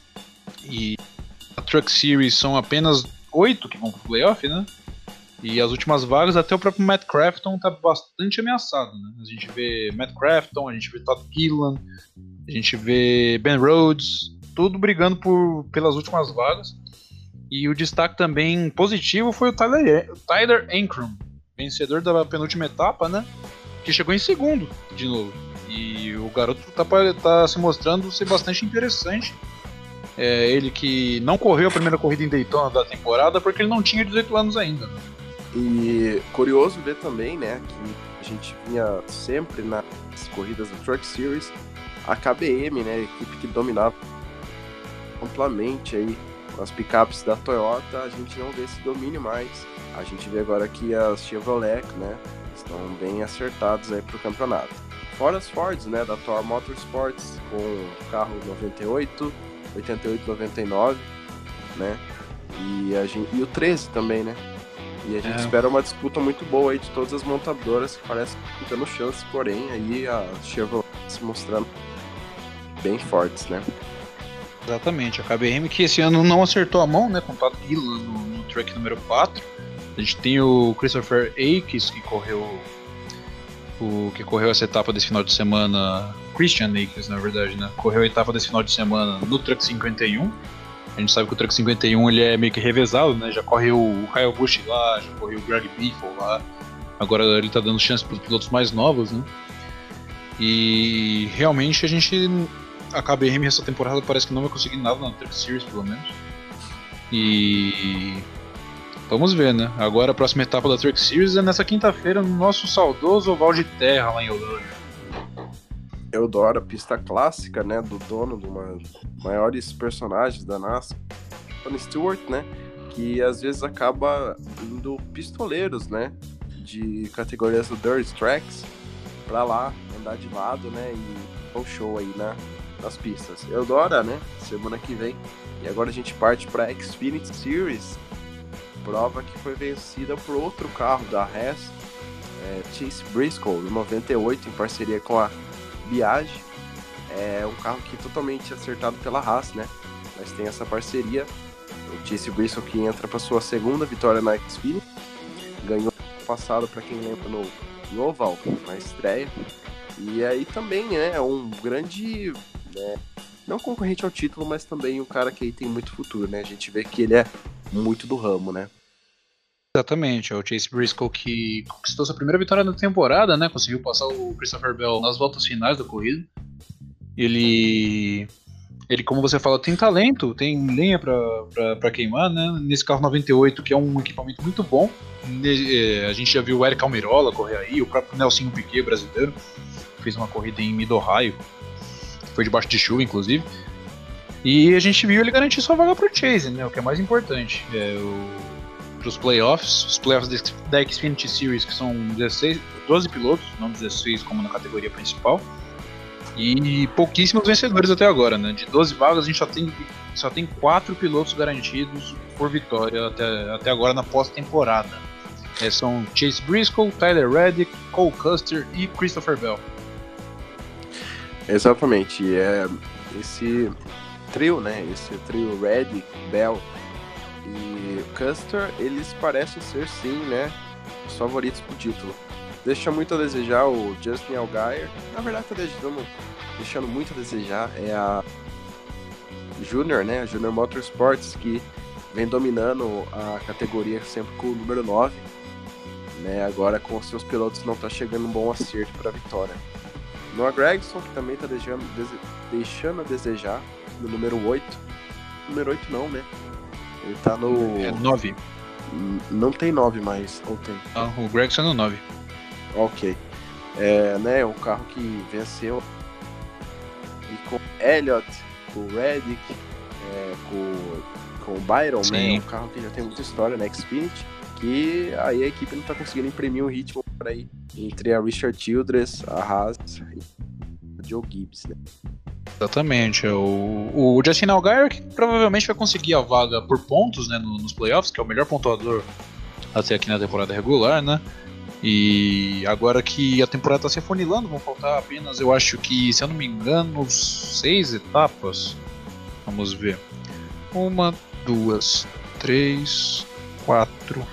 e a Truck Series são apenas oito que vão pro playoff, né? E as últimas vagas, até o próprio Matt Crafton tá bastante ameaçado, né? A gente vê Matt Crafton, a gente vê Todd Gilliland, a gente vê Ben Rhodes, tudo brigando por, pelas últimas vagas. E o destaque também positivo foi o Tyler, o Tyler Ankrum, vencedor da penúltima etapa, né? Que chegou em segundo de novo. E o garoto tá, tá se mostrando ser bastante interessante. É, ele que não correu a primeira corrida em Daytona da temporada porque ele não tinha dezoito anos ainda. E curioso ver também, né, que a gente vinha sempre nas corridas do Truck Series, a K B M, né, a equipe que dominava amplamente aí com as picapes da Toyota, a gente não vê esse domínio mais. A gente vê agora que as Chevrolet, né, estão bem acertados aí pro campeonato. Fora as Fords, né, da Thor Motorsports, com o carro noventa e oito, oitenta e oito, noventa e nove, né, e, a gente, e o treze também, né. E a gente é. espera uma disputa muito boa aí de todas as montadoras que parecem que estão tendo chance, porém aí a Chevrolet se mostrando bem fortes, né? Exatamente, a K B M que esse ano não acertou a mão, né, com o Todd Gilliland no, no truck número quatro. A gente tem o Christopher Akes que correu o que correu essa etapa desse final de semana, Christian Akes na verdade, né? Correu a etapa desse final de semana no Truck cinquenta e um. A gente sabe que o Truck cinquenta e um ele é meio que revezado, né? Já correu o Kyle Busch lá, já correu o Greg Biffle lá. Agora ele tá dando chance para os pilotos mais novos, né? E realmente a gente, a K B M essa temporada parece que não vai conseguir nada na Truck Series, pelo menos. E vamos ver, né? Agora a próxima etapa da Truck Series é nessa quinta-feira no nosso saudoso oval de terra lá em Eldora. Eldora, pista clássica, né, do dono de uma maiores personagens da NASCAR, Tony Stewart, né, que às vezes acaba indo pistoleiros, né, de categorias do Dirt Tracks pra lá, andar de lado, né, e um show aí na, nas pistas. Eldora, né, semana que vem. E agora a gente parte pra Xfinity Series, prova que foi vencida por outro carro da Haas, é, Chase Briscoe, no noventa e oito, em parceria com a Biaggi. É um carro que é totalmente acertado pela Haas, né? Mas tem essa parceria. O Chase Briscoe que entra para sua segunda vitória na Xfinity. Ganhou no passado, para quem lembra, no, no Oval, na estreia. E aí também, né, um grande, né, não concorrente ao título, mas também um cara que aí tem muito futuro, né? A gente vê que ele é muito do ramo, né? Exatamente, é o Chase Briscoe que conquistou sua primeira vitória na temporada, né? Conseguiu passar o Christopher Bell nas voltas finais da corrida. Ele, ele como você fala, tem talento, tem lenha para queimar, né? Nesse carro noventa e oito, que é um equipamento muito bom. A gente já viu o Eric Almirola correr aí, o próprio Nelson Piquet brasileiro fez uma corrida em Mid-Ohio, foi debaixo de chuva, inclusive. E a gente viu ele garantir sua vaga pro Chase, né? O que é mais importante. É o os playoffs, os playoffs da Xfinity Series, que são dezesseis, doze pilotos, não dezesseis como na categoria principal, e pouquíssimos vencedores até agora, né? De doze vagas a gente só tem, só tem quatro pilotos garantidos por vitória até, até agora na pós-temporada. É, são Chase Briscoe, Tyler Reddick, Cole Custer e Christopher Bell. Exatamente, é esse trio, né? Esse trio Reddick, Bell e Custer, eles parecem ser sim, né, os favoritos pro título. Deixa muito a desejar o Justin Allgaier. Na verdade tá deixando, deixando muito a desejar é a Junior, né, a Junior Motorsports, que vem dominando a categoria sempre com o número nove, né, agora com os seus pilotos não tá chegando um bom acerto para a vitória. Noah Gragson, que também tá deixando, dese, deixando a desejar no número oito. Número oito não, né? Ele tá no... É nove. Não tem nove mais, ou tem? Ah, o Gregson é no nove. Ok. É, né, um carro que venceu e com Elliott, com o Reddick, é, com, com o Byron, Sim. né? Um carro que já tem muita história na Xfinity, que aí a equipe não tá conseguindo imprimir um ritmo por aí entre a Richard Childress, a Haas e o Joe Gibbs, né? Exatamente, o, o Justin Allgaier que provavelmente vai conseguir a vaga por pontos, né, nos playoffs, que é o melhor pontuador até aqui na temporada regular, né? E agora que a temporada está se afunilando, vão faltar apenas, eu acho que, se eu não me engano, seis etapas. Vamos ver. Uma, duas, três, quatro,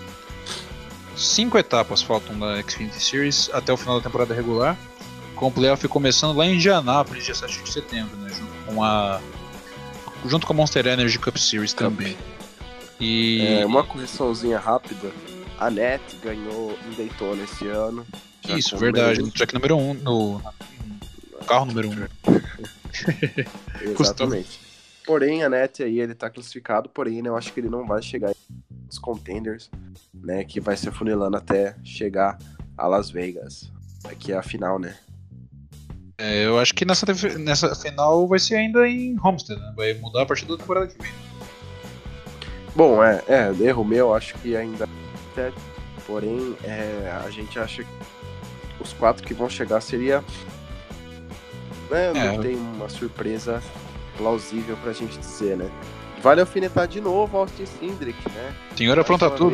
cinco etapas faltam da Xfinity Series até o final da temporada regular, com o playoff começando lá em Indianápolis, dia sete de setembro, né, junto com a junto com a Monster Energy Cup Series também. E é, uma correçãozinha rápida, a Net ganhou em Daytona esse ano. Isso, verdade, no track número um, no, no carro número um. Exatamente. Porém, a Net aí, ele tá classificado, porém, né, eu acho que ele não vai chegar nos contenders, né, que vai se afunilando até chegar a Las Vegas, que é a final, né. É, eu acho que nessa, nessa final vai ser ainda em Homestead, né? Vai mudar a partir da temporada que vem. Bom, é, é erro meu, acho que ainda é, porém, é, a gente acha que os quatro que vão chegar seria, né, não é. Tem uma surpresa plausível pra gente dizer, né. Vale alfinetar de novo Austin Cindric, né. Senhora apronta tudo.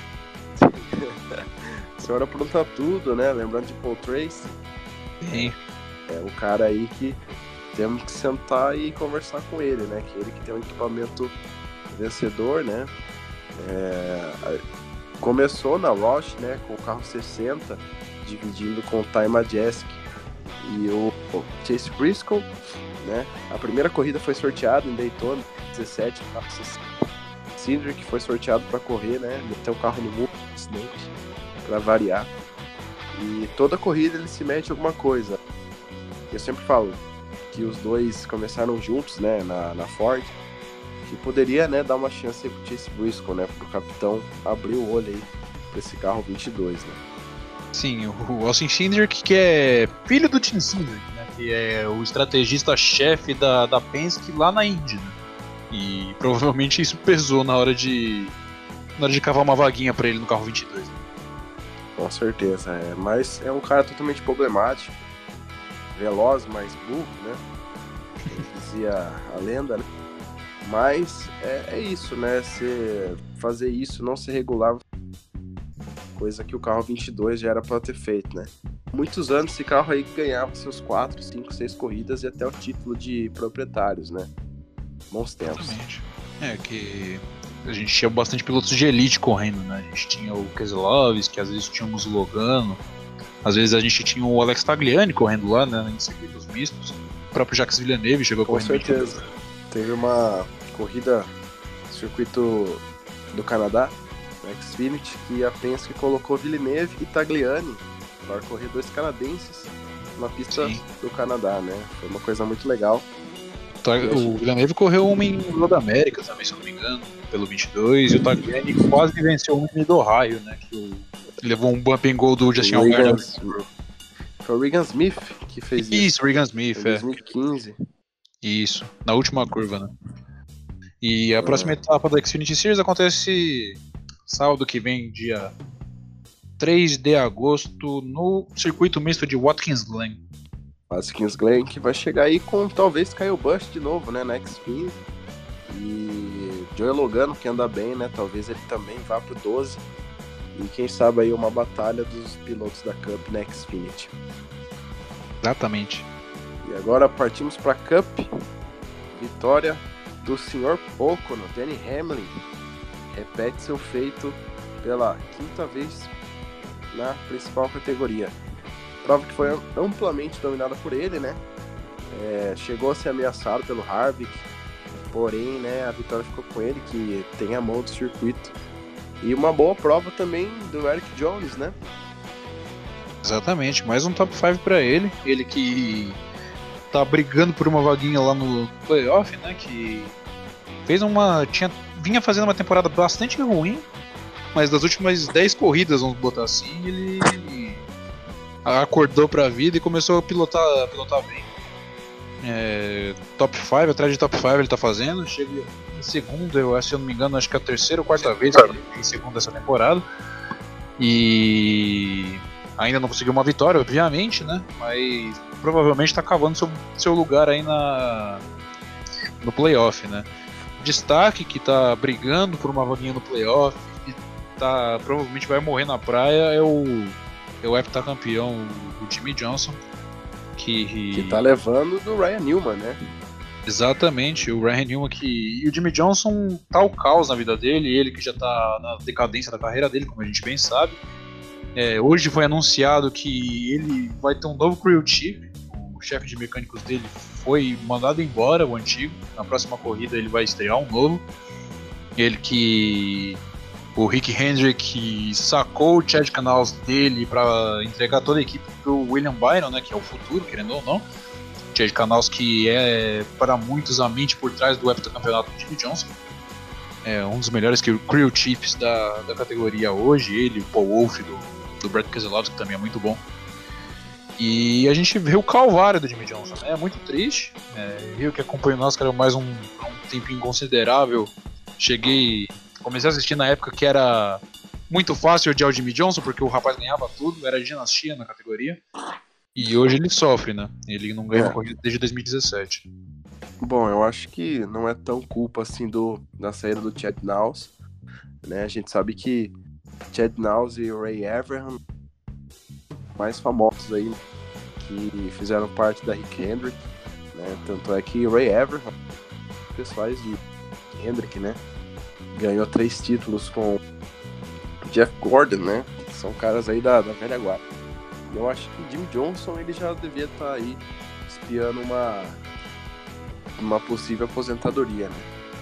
Senhora apronta tudo, né, lembrando de Paul Tracy. Sim. É um cara aí que temos que sentar e conversar com ele, né? Que ele que tem um equipamento vencedor, né? É, começou na Roush, né? Com o carro sessenta, dividindo com o Ty Majeski e o Chase Briscoe, né? A primeira corrida foi sorteada em Daytona, dezessete, o carro sessenta. Cindric foi sorteado para correr, né? Meteu o carro no muro, para variar. E toda corrida ele se mete alguma coisa. Eu sempre falo que os dois começaram juntos, né, na, na Ford, que poderia, né, dar uma chance aí pro Chase Briscoe, né, pro capitão abrir o olho aí pra esse carro vinte e dois, né. Sim, o Austin Cindric, que é filho do Tim Cindric, né, que é o estrategista-chefe da, da Penske lá na Indy, né, e provavelmente isso pesou na hora de na hora de cavar uma vaguinha pra ele no carro vinte e dois. Né? Com certeza, é, mas é um cara totalmente problemático, veloz, mas burro, né? Dizia a lenda, né? Mas é, é isso, né? Se fazer isso, não ser regular, coisa que o carro vinte e dois já era para ter feito, né? Muitos anos esse carro aí ganhava seus quatro, cinco, seis corridas e até o título de proprietários, né? Bons tempos. Exatamente. É que a gente tinha bastante pilotos de elite correndo, né? A gente tinha o Keselowski, que às vezes tínhamos o Logano. Às vezes a gente tinha o Alex Tagliani correndo lá, né, em circuitos mistos. O próprio Jacques Villeneuve chegou Com correndo. Com certeza. Teve uma corrida circuito do Canadá, no Xfinity, que a Penske colocou Villeneuve e Tagliani para correr dois canadenses na pista Sim. do Canadá, né? Foi uma coisa muito legal. O Villeneuve correu uma em Roda América também, se eu não me engano, pelo vinte e dois, e o Tagliani quase venceu uma em do Ohio, né? Que o... levou um bump and goal do Justin Allgaier. Foi o Regan Smith que fez isso. Isso, Regan Smith, em é. dois mil e quinze. Isso, na última curva, né? E a próxima é. etapa da Xfinity Series acontece sábado que vem, dia três de agosto, no circuito misto de Watkins Glen. Watkins Glen, que vai chegar aí com talvez Kyle Busch de novo, né, na Xfinity. E Joey Logano, que anda bem, né, talvez ele também vá pro doze. E quem sabe aí uma batalha dos pilotos da Cup na Xfinity. Exatamente. E agora partimos para Cup. Vitória do senhor Pocono, Denny Hamlin. Repete seu feito pela quinta vez na principal categoria. Prova que foi amplamente dominada por ele, né? É, chegou a ser ameaçado pelo Harvick, porém, né, a vitória ficou com ele, que tem a mão do circuito. E uma boa prova também do Eric Jones, né? Exatamente, mais um top cinco para ele. Ele que tá brigando por uma vaguinha lá no playoff, né? Que fez uma. Tinha, vinha fazendo uma temporada bastante ruim, mas das últimas dez corridas, vamos botar assim, ele acordou pra vida e começou a pilotar, a pilotar bem. É, top cinco, atrás de top cinco ele tá fazendo. Chega em segundo, eu, se eu não me engano, acho que é a terceira ou quarta vez que ele tem segundo essa temporada. E ainda não conseguiu uma vitória, obviamente, né? Mas provavelmente tá cavando seu, seu lugar aí na, no playoff, né? Destaque que tá brigando por uma vaguinha no playoff e tá, provavelmente vai morrer na praia é o, é o heptacampeão, o Jimmie Johnson. Que, que tá levando do Ryan Newman, né? Exatamente, o Ryan Newman que... E o Jimmie Johnson tá o caos na vida dele, ele que já tá na decadência da carreira dele, como a gente bem sabe. É, hoje foi anunciado que ele vai ter um novo crew chief, o chefe de mecânicos dele foi mandado embora, o antigo. Na próxima corrida ele vai estrear um novo. Ele que... O Rick Hendrick sacou o Chad Canals dele para entregar toda a equipe pro William Byron, né, que é o futuro, querendo ou não. Chad Canals que é para muitos a mente por trás do heptacampeonato do Jimmie Johnson. É um dos melhores crew chiefs da, da categoria hoje. Ele, o Paul Wolff do, do Brad Keselowski, que também é muito bom. E a gente vê o calvário do Jimmie Johnson, né? É muito triste. É, eu que acompanho o NASCAR há mais um, um tempinho considerável. Cheguei... Comecei a assistir na época que era muito fácil odiar o Jimmie Johnson, porque o rapaz ganhava tudo, era dinastia na categoria. E hoje ele sofre, né? Ele não ganha é. uma corrida desde dois mil e dezessete. Bom, eu acho que não é tão culpa assim do, da saída do Chad Knaus, né? A gente sabe que Chad Knaus e o Ray Evernham, mais famosos aí, que fizeram parte da Rick Hendrick, né? Tanto é que o Ray Evernham, pessoais de Hendrick, né? Ganhou três títulos com o Jeff Gordon, né? São caras aí da, da velha guarda. Eu acho que o Jimmie Johnson ele já devia estar aí espiando uma, uma possível aposentadoria, né?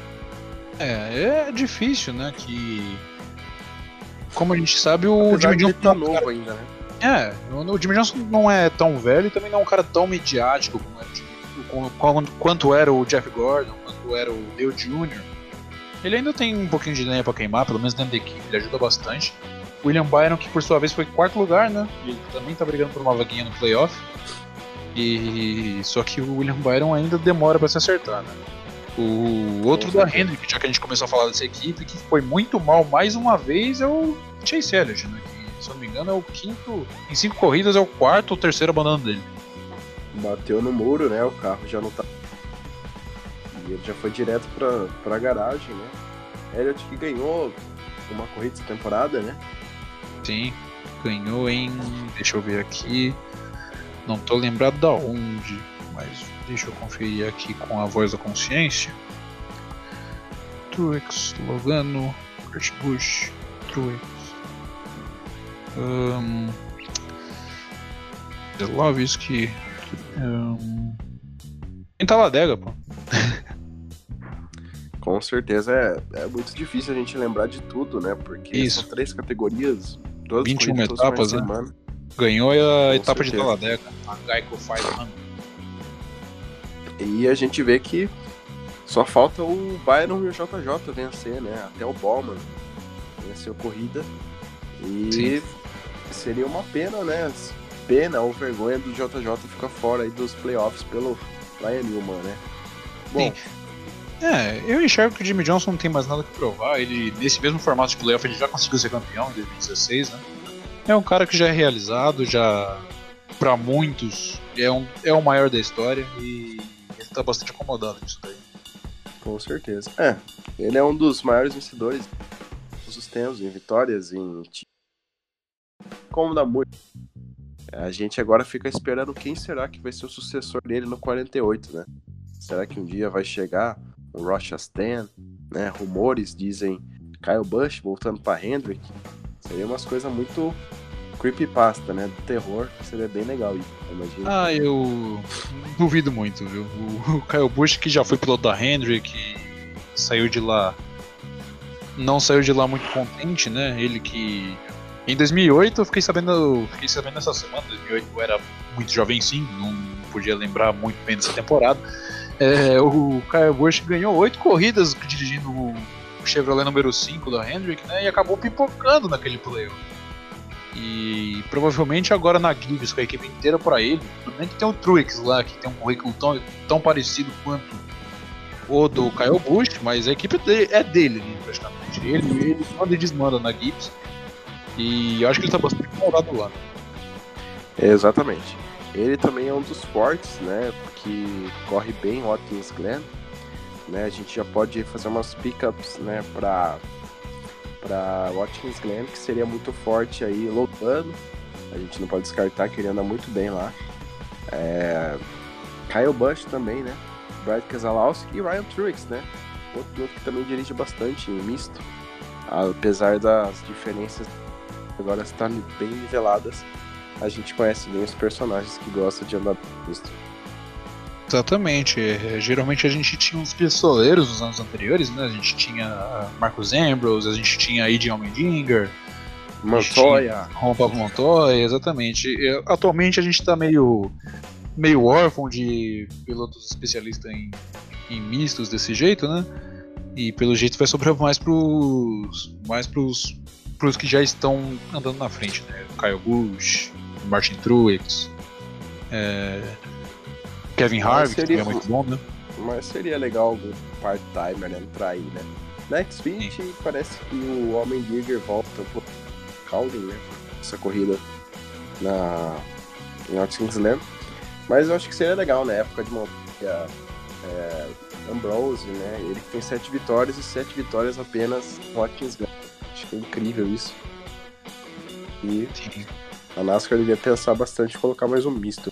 É, é difícil, né? Que... Como a gente sabe, o Apesar Jimmie Johnson tá novo cara... ainda, né? É, o Jimmie Johnson não é tão velho e também não é um cara tão midiático como era, como, como, quanto era o Jeff Gordon, quanto era o Dale Júnior Ele ainda tem um pouquinho de lenha pra queimar, pelo menos dentro da equipe, ele ajuda bastante. William Byron, que por sua vez foi quarto lugar, né? Ele também tá brigando por uma vaguinha no playoff. E só que o William Byron ainda demora pra se acertar, né? O outro da Hendrick, já que a gente começou a falar dessa equipe, que foi muito mal mais uma vez, é o Chase Elliott, né? Que, se eu não me engano, é o quinto. Em cinco corridas é o quarto ou terceiro abandono dele. Bateu no muro, né? O carro já não tá. E ele já foi direto pra, pra garagem, né? Elliott que ganhou uma corrida essa temporada, né? Sim, ganhou em... Deixa eu ver aqui... Não tô lembrado da onde, mas deixa eu conferir aqui com a voz da consciência. Truex, Logano, Kurt Busch, Truex... Um... Keselowski. Um... Em Talladega, pô. Com certeza é, é muito difícil a gente lembrar de tudo, né? Porque Isso. são três categorias, duas vinte e uma corridas todas etapas, né? semana. Ganhou a Com etapa certeza. de Talladega, a Geico quinhentos. E a gente vê que só falta o Byron e o J J vencer, né? Até o Bowman venceu a corrida. E Sim. seria uma pena, né? Pena ou vergonha do J J ficar fora aí dos playoffs pelo Ryan Newman, né? Bom, Sim. É, eu enxergo que o Jimmy Johnson não tem mais nada que provar. Ele, nesse mesmo formato de playoff, ele já conseguiu ser campeão em dois mil e dezesseis, né? É um cara que já é realizado, já pra muitos é, um, é o maior da história e ele tá bastante acomodado nisso daí. com certeza. É, ele é um dos maiores vencedores todos os tempos, em vitórias, em ti- como da muito. A gente agora fica esperando quem será que vai ser o sucessor dele no quarenta e oito, né? Será que um dia vai chegar o Ross Chastain, né? Rumores dizem Kyle Busch voltando para Hendrick. Seria umas coisas muito creepypasta, né? Do terror, seria bem legal, imagina. Ah, eu duvido muito, viu? O, o Kyle Busch, que já foi piloto da Hendrick, saiu de lá, não saiu de lá muito contente, né? Ele que em dois mil e oito eu fiquei sabendo, fiquei sabendo essa semana. Em dois mil e oito eu era muito jovenzinho, não podia lembrar muito bem dessa temporada. É, o Kyle Busch ganhou oito corridas dirigindo o Chevrolet número cinco da Hendrick, né? E acabou pipocando naquele playoff. E provavelmente agora na Gibbs, com a equipe inteira pra ele, tudo bem que tem o Truex lá, que tem um currículo tão, tão parecido quanto o do Kyle Busch, mas a equipe dele, é dele, né, praticamente. Ele, ele manda e desmanda na Gibbs. E eu acho que ele tá bastante incomodado lá. Exatamente. Ele também é um dos fortes, né? Que corre bem Watkins Glen. Né, a gente já pode fazer umas pickups, né? Pra, pra Watkins Glen, que seria muito forte aí lotando. A gente não pode descartar que ele anda muito bem lá. É... Kyle Busch também, né? Brad Keselowski e Ryan Truex, né? Outro piloto que também dirige bastante em misto. Apesar das diferenças agora estarem bem niveladas, a gente conhece bem os personagens que gostam de andar misto. Exatamente. É, geralmente a gente tinha uns pistoleiros nos anos anteriores, né? A gente tinha Marcus Ambrose, a gente tinha Adrian Allmendinger, Montoya, Juan Pablo Montoya, exatamente. E, atualmente a gente tá meio, meio órfão de pilotos especialistas em, em mistos desse jeito, né? E pelo jeito vai sobrar mais pros, mais pros, pros que já estão andando na frente, né? Kyle Busch, Martin Truex, é, Kevin Harvick, que também é muito bom, né? Mas seria legal algum part-timer, né, entrar aí, né? Na X vinte parece que o Allmendinger volta pro Cowden, né? Essa corrida na em Watkins Glen. Mas eu acho que seria legal na época de uma é, Ambrose, né? Ele que tem sete vitórias e sete vitórias apenas no Watkins Glen. Acho que é incrível isso. E Sim. a NASCAR devia pensar bastante em colocar mais um misto.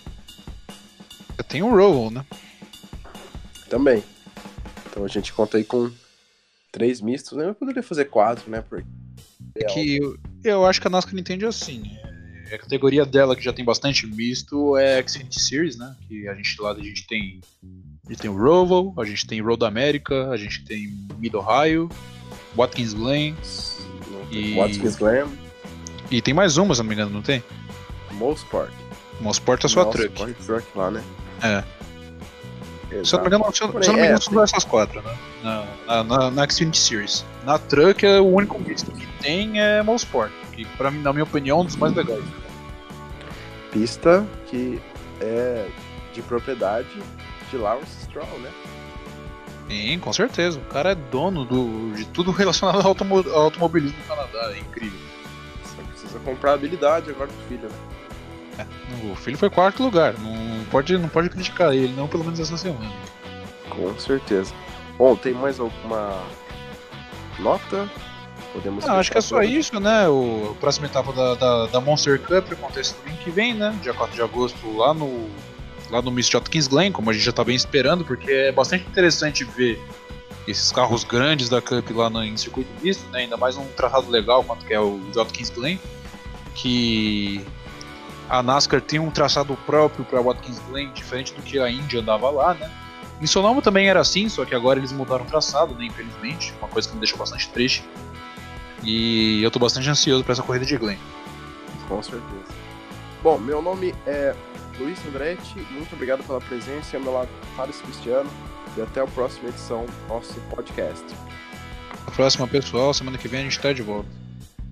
Tem o Roval, né? Também. Então a gente conta aí com três mistos, né? Eu poderia fazer quatro, né? Porque É que eu, eu acho que a NASCAR entende assim. É, a categoria dela que já tem bastante misto é a Xfinity Series, né? Que a gente lá a gente tem, a gente tem o Roval, a gente tem Road America, a gente tem Mid Ohio, Watkins Glen e Watkins Glen, e tem mais uma, se não me engano, não tem? Mosport. Mosport é só a Truck. Mosport Truck lá, né? É. Exato. Se eu não me engano, se eu, se eu não me engano, são essas quatro, né? Na, na, na, na Xfinity Series. Na Truck é o único misto que tem é Mosport, que pra mim, na minha opinião, é um dos mais legais. Pista que é de propriedade de Lawrence Stroll, né? Sim, com certeza. O cara é dono do, de tudo relacionado ao, automo, ao automobilismo no Canadá, é incrível. Só precisa comprar habilidade agora do filho, né? É, o filho foi quarto lugar, não pode, não pode criticar ele, não, pelo menos essa semana. Com certeza. Bom, tem mais alguma nota? Podemos Ah, acho que é só todas? isso, né? O, a próxima etapa da, da, da Monster Cup acontece no ano que vem, né? Dia quatro de agosto, lá no, lá no Miss Watkins Glen, como a gente já tá bem esperando, porque é bastante interessante ver esses carros grandes da Cup lá no, em circuito misto, né? Ainda mais um traçado legal quanto que é o Watkins Glen, que A NASCAR tem um traçado próprio para Watkins Glen, diferente do que a Indy andava lá, né? Em Sonoma também era assim, só que agora eles mudaram o traçado, né, infelizmente, uma coisa que me deixou bastante triste. E eu tô bastante ansioso para essa corrida de Glen. Com certeza. Bom, meu nome é Luiz Andretti, muito obrigado pela presença, ao meu lado Thales Cristiano, e até a próxima edição do nosso podcast. A próxima, pessoal, semana que vem a gente tá de volta.